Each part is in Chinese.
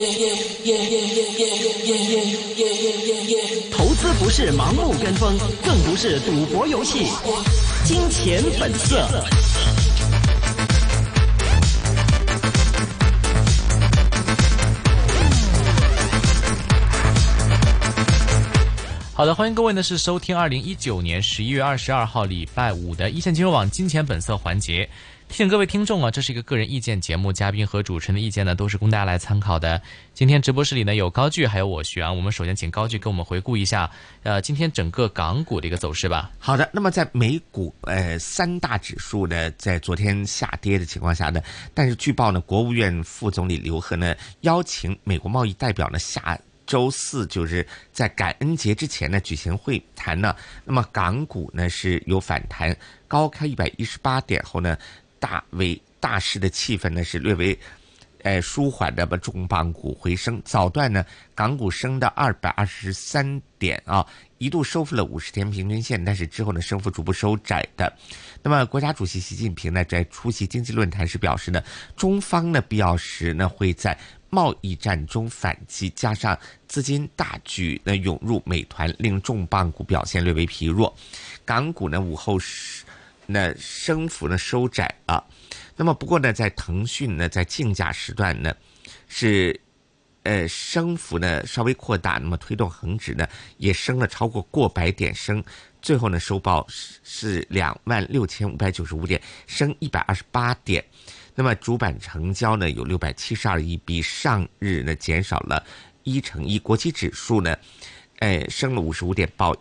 投资不是盲目跟风，更不是赌博游戏。金钱本色。好的，欢迎各位呢是收听2019年11月22号礼拜五的一线金融网金钱本色环节。提醒各位听众啊，这是一个个人意见节目，嘉宾和主持人的意见呢都是供大家来参考的。今天直播室里呢有高炬还有我徐昂，我们首先请高炬跟我们回顾一下今天整个港股的一个走势吧。 好的，那么在美股三大指数呢在昨天下跌的情况下呢，但是据报呢国务院副总理刘鹤呢邀请美国贸易代表呢下周四就是在感恩节之前呢举行会谈呢，那么港股呢是有反弹，高开118点后呢大市的气氛呢是略微舒缓的，重磅股回升。早段呢港股升到223点啊，一度收复了50天平均线，但是之后呢升幅逐步收窄的。那么国家主席习近平呢在出席经济论坛时表示呢，中方呢必要时呢会在贸易战中反击，加上资金大举呢涌入美团，令重磅股表现略微疲弱。港股呢午后那升幅呢收窄啊，那么不过呢，在腾讯呢，在竞价时段呢，是升幅呢稍微扩大，那么推动恒指呢也升了超过过百点升，最后呢收报是26,595点，升128点。那么主板成交呢有672亿，比上日呢减少了1%。国际指数呢，升了55点，报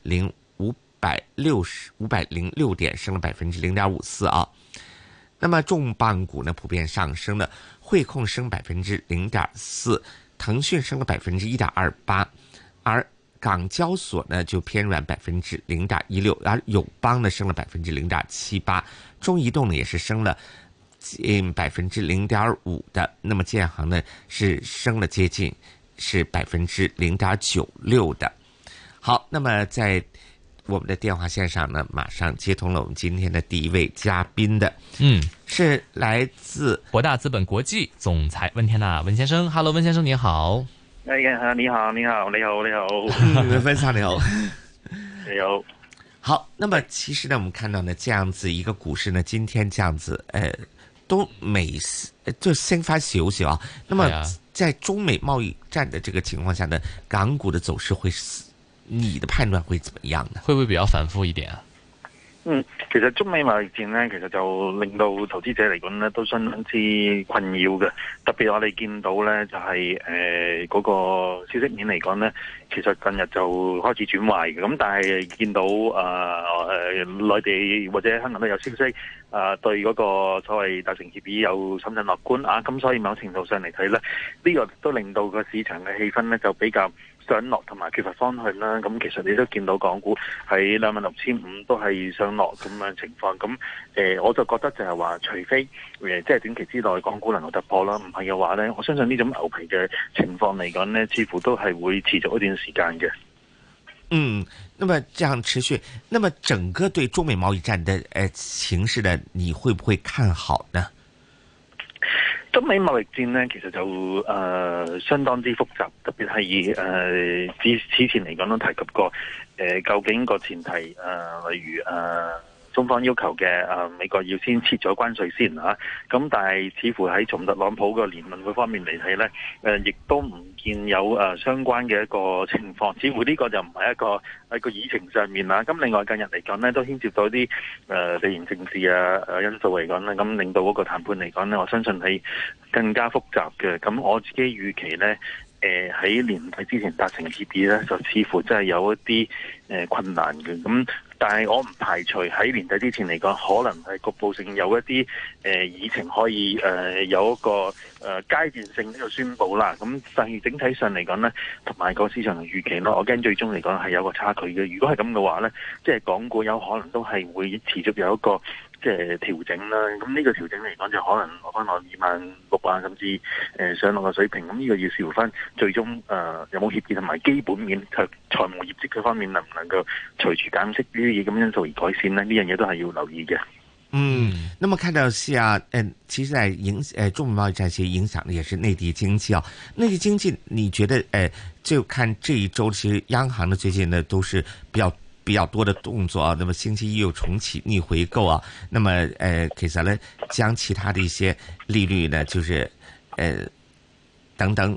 506点，升了0.54%啊。那么重磅股呢普遍上升了，汇控升0.4%，腾讯升了1.28%，而港交所呢就偏软0.16%，而友邦呢升了0.78%，中移动呢也是升了近0.5%的，那么建行呢是升了接近是0.96%的。好，那么在我们的电话线上呢，马上接通了我们今天的第一位嘉宾的，是来自博大资本国际总裁温天纳温先生。Hello， 温先生你好。 你好，温先生你好。 你好。 好，那么其实呢，我们看到呢，这样子一个股市呢，今天这样子，都就升翻少少啊。那么在中美贸易战的这个情况下呢，港股的走势会你的判断會怎麼樣呢？ 會唔會比較反覆一點啊？ 其實中美貿易戰呢，其實就令到投資者嚟講呢，都相當之困擾嘅。特別我哋見到呢，就係嗰個消息面嚟講呢，其實近日就開始轉壞嘅。咁但係見到內地或者香港都有消息對嗰個所謂達成協議有審慎樂觀啊。咁所以某程度上嚟睇呢，呢個都令到個市場嘅氣氛呢，就比較上落同埋缺乏方向啦，咁其實你都見到港股喺26,500都係上落咁樣情況，咁我就覺得就係話，除非即係短期之內港股能夠突破啦，唔係嘅話呢，我相信呢種牛皮嘅情況嚟講呢，似乎都係會持續一段時間嘅。 那麼這樣持續，那麼整個對中美貿易戰的形勢呢，你會不會看好呢？ 中美貿易戰呢，其實就相當之複雜，特別係以此前嚟講都提及過，究竟個前提例如中方要求嘅美國要先撤咗關稅先嚇，咁但係似乎喺從特朗普個言論嗰方面嚟睇呢，亦都唔見有相關嘅一個情況，似乎呢個就唔係喺個議程上面啦。咁另外近日嚟講呢，都牽涉到啲地緣政治因素嚟講呢，咁令到嗰個談判嚟講呢，我相信係更加複雜嘅。咁我自己預期呢，喺年底之前達成協議呢，就似乎真係有一啲困難嘅。咁但係我唔排除喺年底之前嚟講，可能係局部性有一啲議程可以有一個階段性呢個宣佈啦。咁但係整體上嚟講呢，同埋個市場嘅預期咯，我驚最終嚟講係有個差距嘅。如果係咁嘅話呢，即係港股有可能都係會持續有一個即係調整啦。咁呢個調整嚟講就可能攞翻落26,000啊，甚至上落嘅水平。咁呢個要視乎翻最終有冇協議同埋基本面財務業績嗰方面能唔能夠隨住減息呢啲咁因素而改善呢？呢樣嘢都係要留意嘅。 那么看到其实在中美贸易战其实影响的也是内地经济啊。内地经济，你觉得就看这一周，其实央行的最近呢都是比较多的动作啊。那么星期一又重启逆回购啊。那么其實呢將其他的一些利率呢，就是等等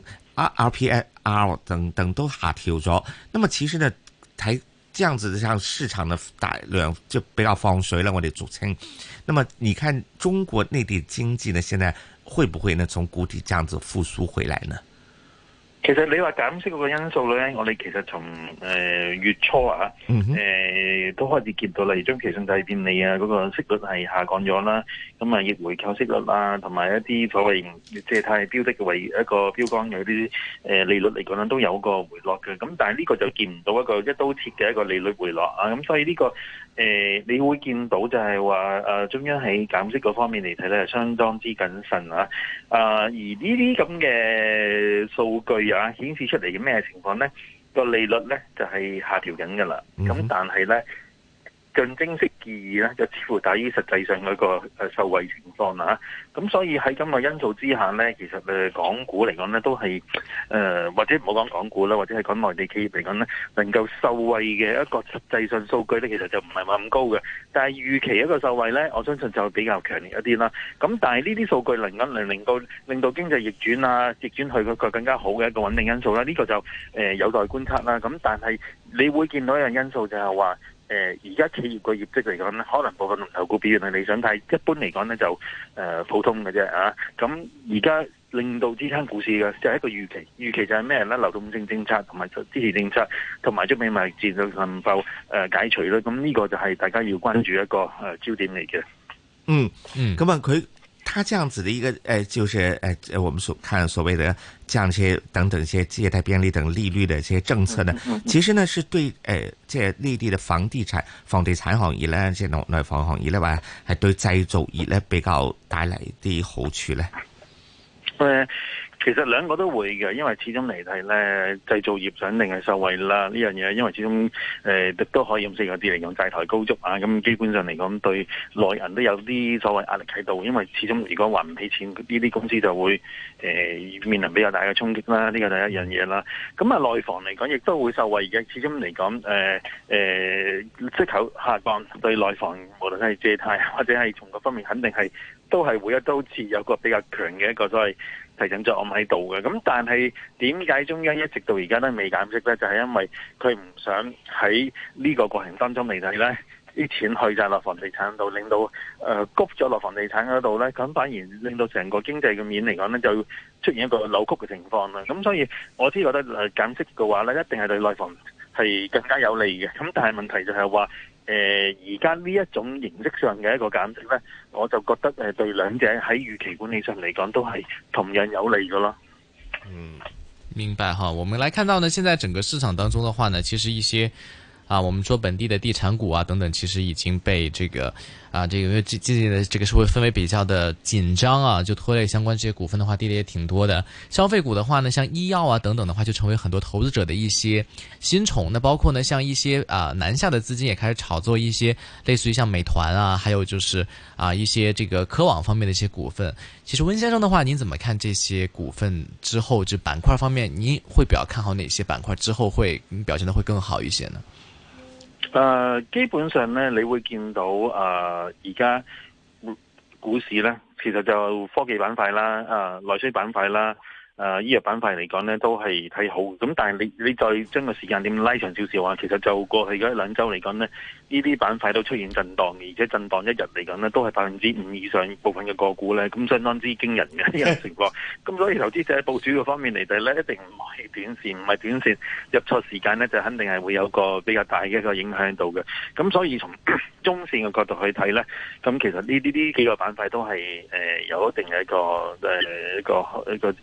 RPR 等等都下調咗。那麼其實呢睇這樣子讓市場的大量就比較放水了，我哋俗稱。那麼你看中國內地經濟呢，現在會不會呢從谷底這樣子復甦回來呢？ 其實你話減息嗰個因素咧，我哋其實從月初都開始見到，例如中期信貸便利啊，嗰個息率係下降咗啦，咁啊逆回購息率啊，同埋一啲所謂借貸標的嘅為一個標杆嘅啲利率嚟講咧，都有個回落嘅。咁但係呢個就見唔到一個一刀切嘅一個利率回落啊，咁所以呢個你會見到就係話中央喺減息嗰方面嚟睇咧，係相當之謹慎啊。而呢啲咁嘅數據顯示出嚟嘅咩情況呢？個利率呢就係下調緊㗎啦。咁但係呢，象徵式意義呢就似乎大於實際上嗰個受惠情況啦。咁所以喺咁個因素之下呢，其實港股嚟講呢都係或者唔好講港股啦，或者係講內地企業嚟講呢，能夠受惠嘅一個實際上數據呢，其實就唔係話咁高嘅。但係預期一個受惠呢，我相信就比較強烈一啲啦。咁但係呢啲數據令到經濟逆轉啊，逆轉去嗰個更加好嘅一個穩定因素啦。呢個就有待觀察啦。咁但係你會見到一樣因素就係話，而家企業個業績嚟講咧，可能部分龍頭股表現係理想，但係一般嚟講咧就普通嘅啫啊。咁而家令到支撐股市嘅就係一個預期就係咩咧？流動性政策同埋支持政策同埋中美貿易戰能否解除咧？咁呢個就係大家要關注一個焦點嚟嘅。 咁啊他這樣子的一個就是我們所看所謂的這些等等一些借貸便利等利率的這些政策呢，其實呢是對即係內地的房地產行業咧，即係內房行業咧，話係對製造業咧比較帶嚟啲好處咧。 其實兩個都會嘅，因為始終嚟睇咧，製造業肯定係受惠啦呢樣嘢，因為始終都可以用四個字嚟講，債台高築啊，咁基本上嚟講對內銀都有啲所謂壓力喺度，因為始終如果還唔起錢，呢啲公司就會面臨比較大嘅衝擊啦，呢個第一樣嘢啦。咁啊內房嚟講亦都會受惠嘅，始終嚟講息口下降對內房無論係借貸或者係從各方面肯定係都係會一刀切有個比較強嘅一個所謂提振作用喺度嘅。咁但係點解中央一直到而家都未減息呢？就係因為佢唔想喺呢個過程當中嚟睇呢啲錢去晒落房地產度，令到谷咗落房地產嗰度呢，咁反而令到成個經濟嘅面嚟講呢，就出現一個扭曲嘅情況啦。咁所以我只覺得減息嘅話呢，一定係對內房係更加有利嘅。咁但係問題就係話而家呢一種形式上嘅一個減息呢，我就覺得對兩者喺預期管理上嚟講都係同樣有利嘅咯。 明白哈。我們來看到呢，現在整個市場當中的話呢，其實一些我們說本地的地產股啊等等，其實已經被這個因為最近的這個社會氛圍比較的緊張啊，就拖累相關這些股份的話跌得也挺多的。消費股的話呢，像醫藥啊等等的話，就成為很多投資者的一些新寵。那包括呢，像一些南下的資金也開始炒作一些類似於像美團啊，還有就是一些這個科網方面的一些股份。其實溫先生的話，您怎麼看這些股份之後，這板塊方面，您會比較看好哪些板塊之後會表現得會更好一些呢？ 基本上咧，你會見到而家股市咧，其實就科技板塊啦、內需板塊啦、醫藥板塊嚟講咧，都係睇好。咁但係你再將個時間點拉長少少啊，其實就過去嗰一兩週嚟講咧，呢啲板塊都出現震盪，而且震盪一日嚟講咧，都係5%以上部分嘅個股咧，咁相當之驚人嘅呢個情況。咁所以投資者部署嘅方面嚟睇咧，一定唔係短線入錯時間咧，就肯定係會有個比較大嘅一個影響喺度嘅。咁所以從中線嘅角度去睇咧，咁其實呢幾個板塊都係有一定嘅一個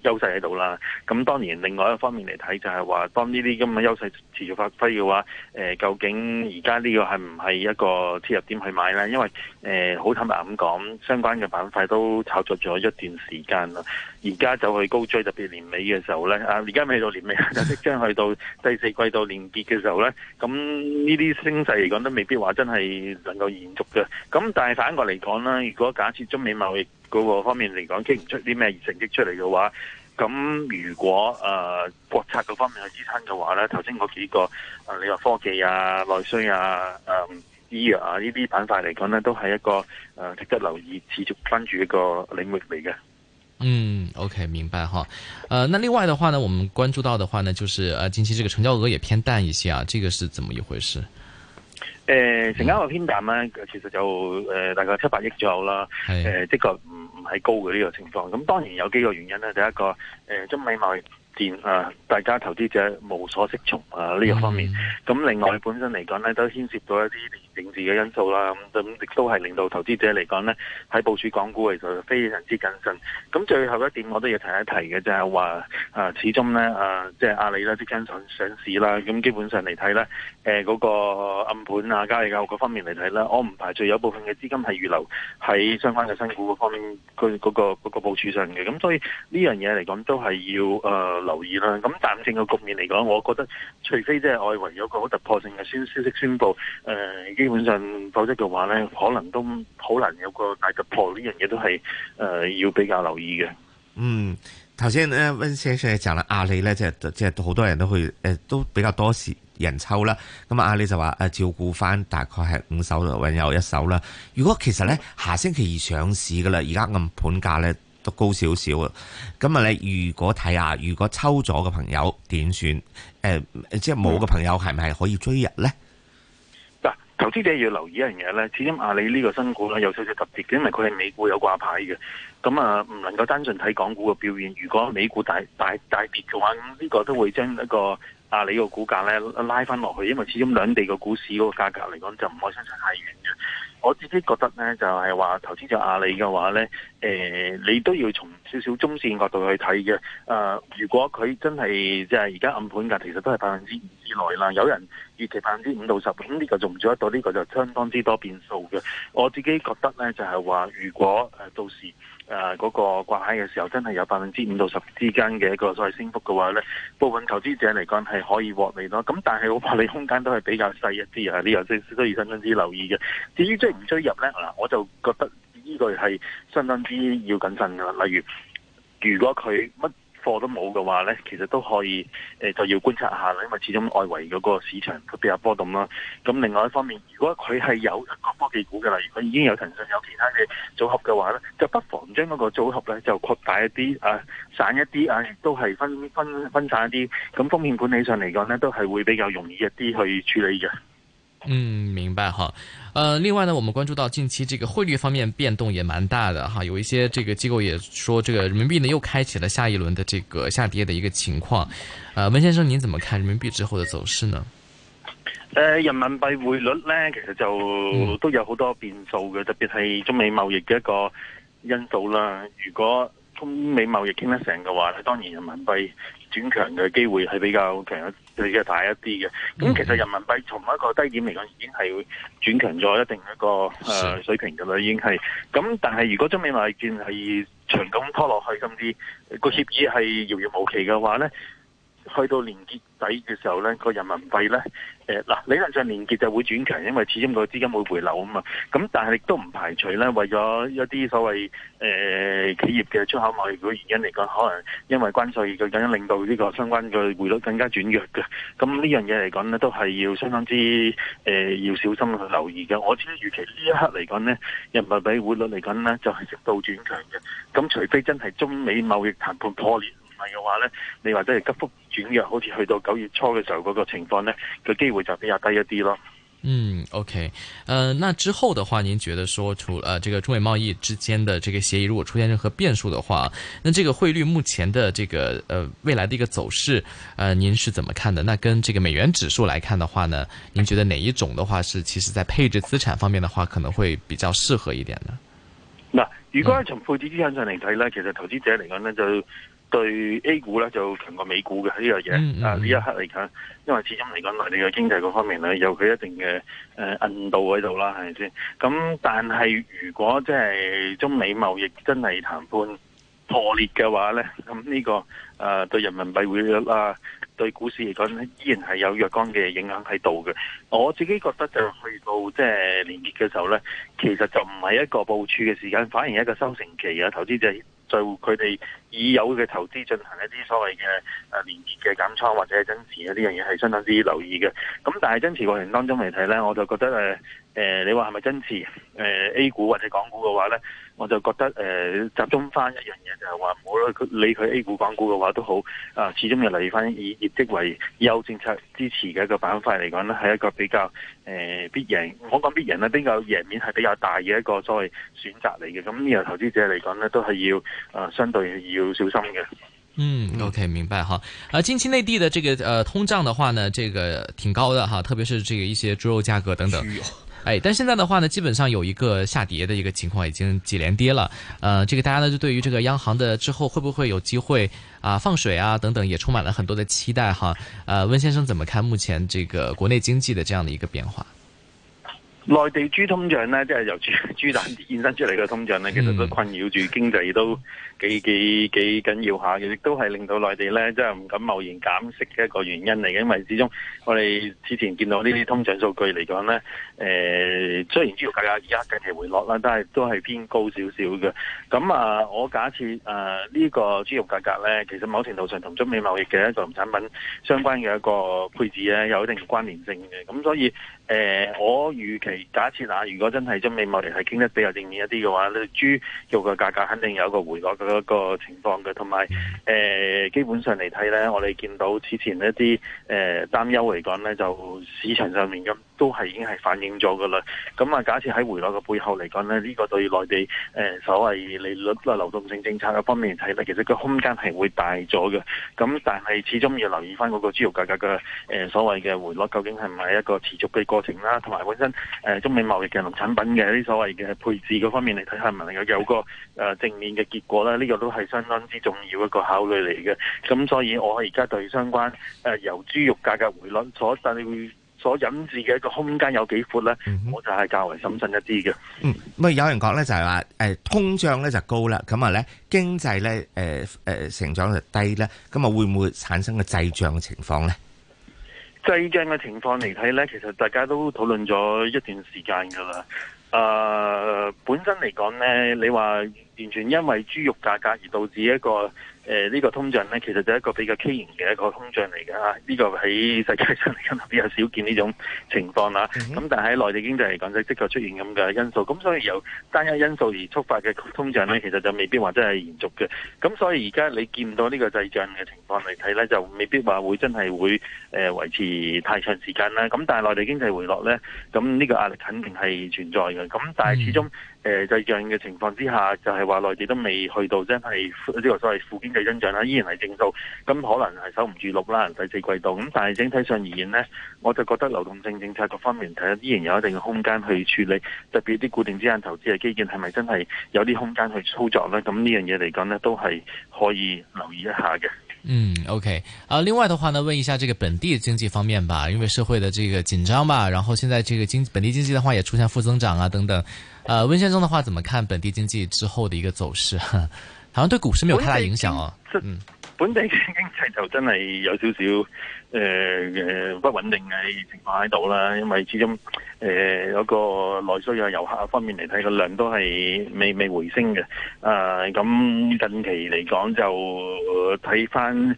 優勢喺度啦。咁當然另外一方面嚟睇就係話，當呢啲咁嘅優勢持續發揮嘅話，究竟而家呢個係唔係一個切入點去買呢？因為好坦白咁講，相關嘅板塊都炒作咗一段時間啦。而家就去高追，特別年尾嘅時候呢，而家未到年尾，就即將去到第四季度年結嘅時候呢，咁呢啲升勢嚟講都未必話真係能夠延續嘅。咁但係反過嚟講啦，如果假設中美貿易嗰個方面嚟講傾唔出啲咩成績出嚟嘅話，咁如果國策嗰方面去支撐嘅話咧，頭先嗰幾個你話科技啊、內需啊、醫藥啊呢啲板塊嚟講呢，都係一個值得留意、持續關注一個領域嚟嘅。 OK， 明白哈。那另外的話呢，我們關注到的話呢，就是近期這個成交額也偏淡一些啊，這個是怎麼一回事？ 成交額偏淡咧，其實就大概700億左右啦。的確唔係高嘅呢個情況。咁當然有幾個原因咧。第一個中美貿易戰大家投資者無所適從呢個方面。咁另外本身嚟講咧，都牽涉到一啲政治嘅因素啦。咁亦都係令到投資者嚟講咧，喺部署港股其實非常之謹慎。咁最後一點我都要提一提嘅就係話始終咧即係阿里啦即將上市啦。咁基本上嚟睇咧，嗰個暗盤啊、交易價嗰方面嚟睇咧，我唔排除有部分嘅資金係預留喺相關嘅新股嗰方面，佢嗰個部署上嘅。咁所以呢樣嘢嚟講都係要留意啦。咁淡靜嘅局面嚟講，我覺得除非即係外圍有個好突破性嘅消息宣佈，基本上否則嘅話咧，可能都好難有個大突破。呢樣嘢都係要比較留意嘅。 頭先咧溫先生講啦，阿里咧即係好多人都去都比較多時人抽啦。咁阿里就話照顧翻大概係5手揾有1手啦。如果其實咧下星期二上市噶啦，而家暗盤價咧都高少少啊。咁啊，你如果睇下，如果抽咗嘅朋友點算？即係冇嘅朋友係咪可以追入咧？ 投資者要留意一樣嘢咧，始終阿里呢個新股咧有少少特別嘅，因為佢係美股有掛牌嘅，咁唔能夠單純睇港股嘅表現。如果美股大跌嘅話，咁呢個都會將一個阿里個股價咧拉翻落去，因為始終兩地個股市嗰個價格嚟講就唔可以相差太遠嘅。我自己覺得咧就係話投資者阿里嘅話咧，你都要從少少中線角度去睇嘅。如果佢真係即係而家暗盤價其實都係5%之內啦，有人預期5%到10%，咁呢個做唔做得到？呢個就相當之多變數嘅。我自己覺得咧就係話，如果到時嗰個掛牌嘅時候真係有5%到10%之間嘅一個所謂升幅嘅話咧，部分投資者嚟講係可以獲利咯。咁但係我獲利空間都係比較細一啲啊，呢個都要相當之留意嘅。至於追唔追入咧，我就覺得呢個係相當之要謹慎㗎。例如果佢乜貨都冇嘅話咧，其實都可以就要觀察下啦，因為始終外圍嗰個市場佢比較波動啦。咁另外一方面，如果佢係有一個科技股嘅，例如佢已經有騰訊有其他嘅組合嘅話咧，就不妨將嗰個組合咧就擴大一啲散一啲亦都係分散一啲。咁風險管理上嚟講咧，都係會比較容易一啲去處理嘅。 明白哈。另外呢，我們關注到近期這個匯率方面變動也蠻大的哈，有一些這個機構也說，這個人民幣呢又開啟了下一輪的這個下跌的一個情況。溫先生，您怎麼看人民幣之後的走勢呢？ 人民幣匯率呢，其實就都有好多變數嘅，特別係中美貿易嘅一個因素啦。如果中美貿易傾得成嘅話咧，當然人民幣轉強嘅機會係比較大一啲嘅。咁其實人民幣從一個低點嚟講，已經係轉強咗一定一個水平㗎啦，已經係。咁但係如果中美貿易戰係長咁拖落去，甚至個協議係遙遙無期嘅話咧，去到年結底嘅時候咧，個人民幣咧，理論上年結就會轉強，因為始終個資金會回流啊嘛。咁但係亦都唔排除咧，為咗一啲所謂企業嘅出口貿易嘅原因嚟講，可能因為關稅佢更加令到呢個相關嘅匯率更加轉弱嘅。咁呢樣嘢嚟講咧，都係要相當之要小心去留意嘅。我自己預期呢一刻嚟講咧，人民幣匯率嚟講咧就係適度轉強嘅。咁除非真係中美貿易談判破裂。嘅話咧，你或者係急幅轉弱，好似去到9月初嘅時候嗰個情況咧，個機會就比較低一啲咯。 OK，那之後的話，您覺得說除這個中美貿易之間的這個協議如果出現任何變數的話，那這個匯率目前的這個未來的一個走勢，您是怎麼看的？那跟這個美元指數來看的話呢，您覺得哪一種的話是其實在配置資產方面的話可能會比較適合一點呢？ 嗱，如果係從配置資產上嚟睇咧，其實投資者嚟講咧就對 A 股咧就強過美股嘅呢樣嘢，呢一刻嚟講，因為始終嚟講內地嘅經濟嗰方面咧有佢一定嘅韌度喺度啦，係咪先？咁但係如果即係中美貿易真係談判破裂嘅話咧，咁呢個對人民幣匯率啊，對股市嚟講咧，依然係有若干嘅影響喺度嘅。我自己覺得就去到即係年結嘅時候咧，其實就唔係一個部署嘅時間，反而係一個收成期啊！投資者就佢哋已有嘅投資進行一啲所謂嘅年結嘅減倉或者係增持呢樣嘢係相當之留意嘅。咁但係增持過程當中嚟睇咧，我就覺得你話係咪增持A 股或者港股嘅話咧，我就覺得集中翻一樣嘢就係話唔好理佢 A 股港股嘅話都好，始終要留意翻以業績為優政策支持嘅一個板塊嚟講咧，係一個比較必贏，唔好講必贏啦，比較贏面係比較大嘅一個所謂選擇嚟嘅。咁呢個投資者嚟講咧，都係要相對要小心嘅。 OK， 明白哈。近期內地的這個通脹的話呢，這個挺高的哈，特別是這個一些豬肉價格等等。但現在的話呢，基本上有一個下跌的一個情況，已經幾連跌了。這個大家呢就對於這個央行的之後會不會有機會放水啊等等，也充滿了很多的期待哈。溫先生怎麼看目前這個國內經濟的這樣的一個變化？ 內地豬通脹呢，即係由豬蛋衍生出嚟嘅通脹呢，其實都困擾住經濟都幾緊要下嘅，亦都係令到內地呢，即係唔敢貿然減息嘅一個原因嚟嘅。因為始終我哋之前見到呢啲通脹數據嚟講呢，雖然豬肉價格而家近期回落啦，但係都係偏高少少嘅。咁我假設呢個豬肉價格呢，其實某程度上同中美貿易嘅一個農產品相關嘅一個配置呢，有一定關聯性嘅。咁所以我預期假設如果真係中美貿易係傾得比較正面一啲嘅話咧，豬肉嘅價格肯定有一個回落嘅一個情況嘅，同埋基本上嚟睇咧，我哋見到此前一啲擔憂嚟講咧，就市場上面咁都係已經係反映咗噶啦。咁假設喺回落嘅背後嚟講咧，呢個對內地所謂利率流動性政策嘅方面嚟睇咧，其實個空間係會大咗嘅。咁但係始終要留意翻嗰個豬肉價格嘅所謂嘅回落，究竟係唔係一個持續嘅過程啦？同埋本身中美貿易嘅農產品嘅啲所謂嘅配置嗰方面嚟睇，係咪能夠有個正面嘅結果咧？呢個都係相當之重要一個考慮嚟嘅。咁所以我而家對相關由豬肉價格回落所引致嘅一個空間有幾闊咧，我就係較為審慎一啲嘅。 咁有人講咧就係話通脹咧就高啦，咁咧經濟咧成長就低咧，咁會唔會產生個滯脹嘅情況咧？ 滯脹嘅情況嚟睇咧，其實大家都討論咗一段時間㗎啦。本身嚟講咧，你話完全因為豬肉價格而導致一個呢個通脹咧，其實就係一個比較畸形嘅一個通脹嚟嘅嚇。呢個喺世界上嚟講比較少見呢種情況啦。咁但係喺內地經濟嚟講，就的確出現咁嘅因素。咁所以由單一因素而觸發嘅通脹咧，其實就未必話真係延續嘅。咁所以而家你見到呢個滯脹嘅情況嚟睇咧，就未必話會真係會維持太長時間啦。咁但係內地經濟回落咧，咁呢個壓力肯定係存在嘅。咁但係始終滯脹嘅情況之下，就係話內地都未去到真係呢個所謂負經濟增長啦，依然係正數，咁可能係守唔住六啦，第四季度。咁但係整體上而言呢，我就覺得流動性政策各方面睇，依然有一定嘅空間去處理，特別啲固定資產投資嘅基建係咪真係有啲空間去操作呢？咁呢樣嘢嚟講呢，都係可以留意一下嘅。 OK，另外的話呢，問一下這個本地經濟方面吧，因為社會的這個緊張吧，然後現在這個本地經濟的話也出現負增長啊等等。溫先生的話，怎麼看本地經濟之後的一個走勢？好像對股市沒有太大影響哦。 本地經濟就真係有少少不穩定嘅情況喺度啦，因為始終嗰個內需啊、遊客方面嚟睇，個量都係未回升嘅。咁近期嚟講就睇翻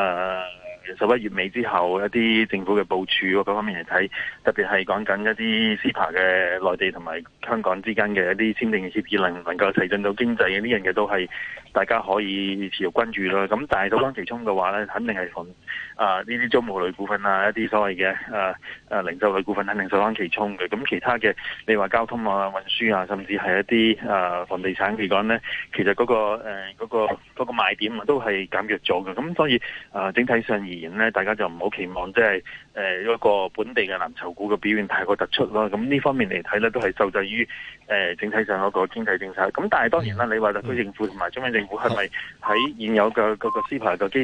11月尾之後一啲政府嘅部署嗰方面嚟睇，特別係講緊一啲 CEPA 嘅內地同埋香港之間嘅一啲簽訂嘅協議能唔能夠提振到經濟嘅呢樣嘢都係大家可以持續關注啦。咁但係首當其衝嘅話咧，肯定係從呢啲租務類股份啊，一啲所謂嘅零售類股份肯定首當其衝嘅。咁其他嘅你話交通啊、運輸啊，甚至係一啲房地產嚟講咧，其實嗰個賣點啊都係減弱咗嘅。咁所以整體上而言咧，大家就唔好期望即係一個本地嘅藍籌股嘅表現太過突出咯。咁呢方面嚟睇咧，都係受制於整體上嗰個經濟政策。咁但係當然啦，你話特區政府同埋中央政府係咪喺現有嘅嗰個司牌嘅基